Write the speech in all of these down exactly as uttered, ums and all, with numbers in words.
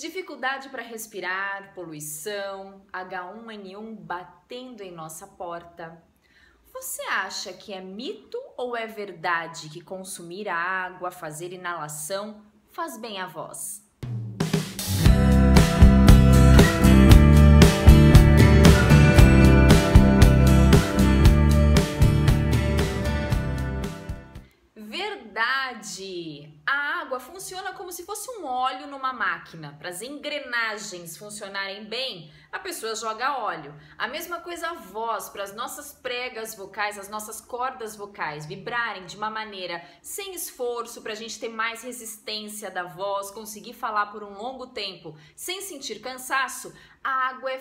Dificuldade para respirar, poluição, H um N um batendo em nossa porta. Você acha que é mito ou é verdade que consumir água, fazer inalação, faz bem à voz? Verdade! A água funciona como se fosse um óleo numa máquina. Para as engrenagens funcionarem bem, a pessoa joga óleo. A mesma coisa a voz, para as nossas pregas vocais, as nossas cordas vocais vibrarem de uma maneira sem esforço, para a gente ter mais resistência da voz, conseguir falar por um longo tempo sem sentir cansaço, a água é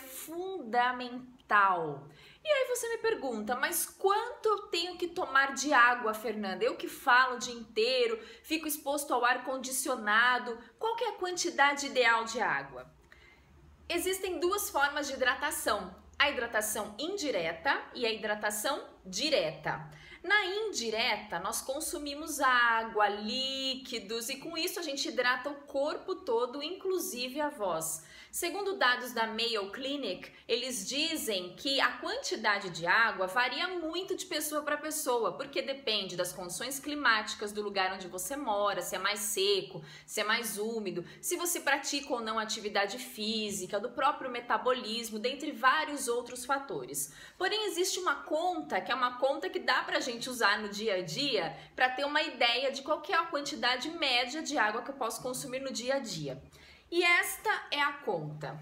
fundamental. E aí você me pergunta, mas quanto eu tenho que tomar de água, Fernanda? Eu que falo o dia inteiro, fico exposto ao ar-condicionado, qual que é a quantidade ideal de água? Existem duas formas de hidratação, a hidratação indireta e a hidratação direta. Na indireta, nós consumimos água, líquidos e com isso a gente hidrata o corpo todo, inclusive a voz. Segundo dados da Mayo Clinic, eles dizem que a quantidade de água varia muito de pessoa para pessoa, porque depende das condições climáticas do lugar onde você mora, se é mais seco, se é mais úmido, se você pratica ou não atividade física, do próprio metabolismo, dentre vários outros fatores. Porém, existe uma conta, que é uma conta que dá para a gente usar no dia a dia, para ter uma ideia de qual que é a quantidade média de água que eu posso consumir no dia a dia. E esta é a conta.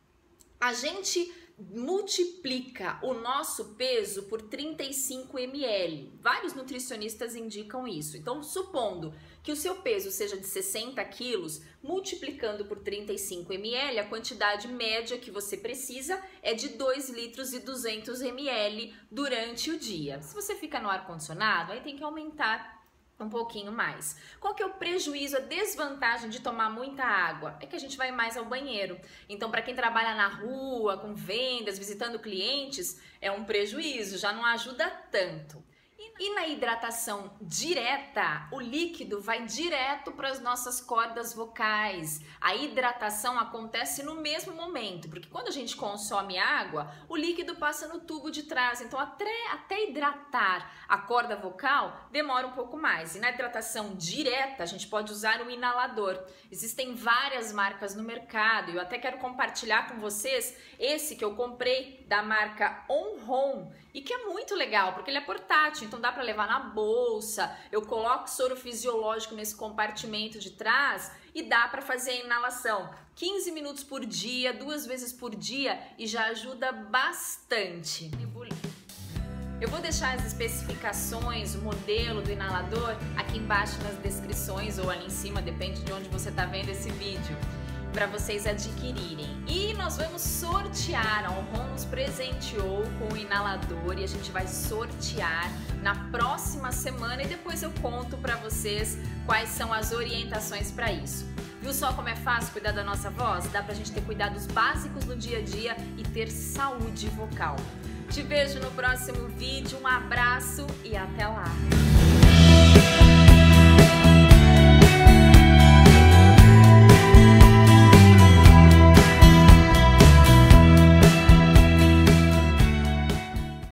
A gente multiplica o nosso peso por trinta e cinco mililitros. Vários nutricionistas indicam isso. Então, supondo que o seu peso seja de sessenta quilos, multiplicando por trinta e cinco mililitros, a quantidade média que você precisa é de dois litros e duzentos mililitros durante o dia. Se você fica no ar-condicionado, aí tem que aumentar um pouquinho mais. Qual que é o prejuízo, a desvantagem de tomar muita água? É que a gente vai mais ao banheiro. Então, para quem trabalha na rua, com vendas, visitando clientes, é um prejuízo, já não ajuda tanto. E na hidratação direta, o líquido vai direto para as nossas cordas vocais. A hidratação acontece no mesmo momento, porque quando a gente consome água, o líquido passa no tubo de trás. Então, até, até hidratar a corda vocal, demora um pouco mais. E na hidratação direta, a gente pode usar um inalador. Existem várias marcas no mercado. Eu até quero compartilhar com vocês esse que eu comprei da marca Onron e que é muito legal, porque ele é portátil. Então dá para levar na bolsa, eu coloco soro fisiológico nesse compartimento de trás e dá para fazer a inalação. quinze minutos por dia, duas vezes por dia e já ajuda bastante. Eu vou deixar as especificações, o modelo do inalador aqui embaixo nas descrições ou ali em cima, depende de onde você está vendo esse vídeo, para vocês adquirirem. E nós vamos sortear, a Onron nos presenteou com o inalador e a gente vai sortear na próxima semana e depois eu conto para vocês quais são as orientações para isso. Viu só como é fácil cuidar da nossa voz? Dá pra gente ter cuidados básicos no dia a dia e ter saúde vocal. Te vejo no próximo vídeo, um abraço e até lá!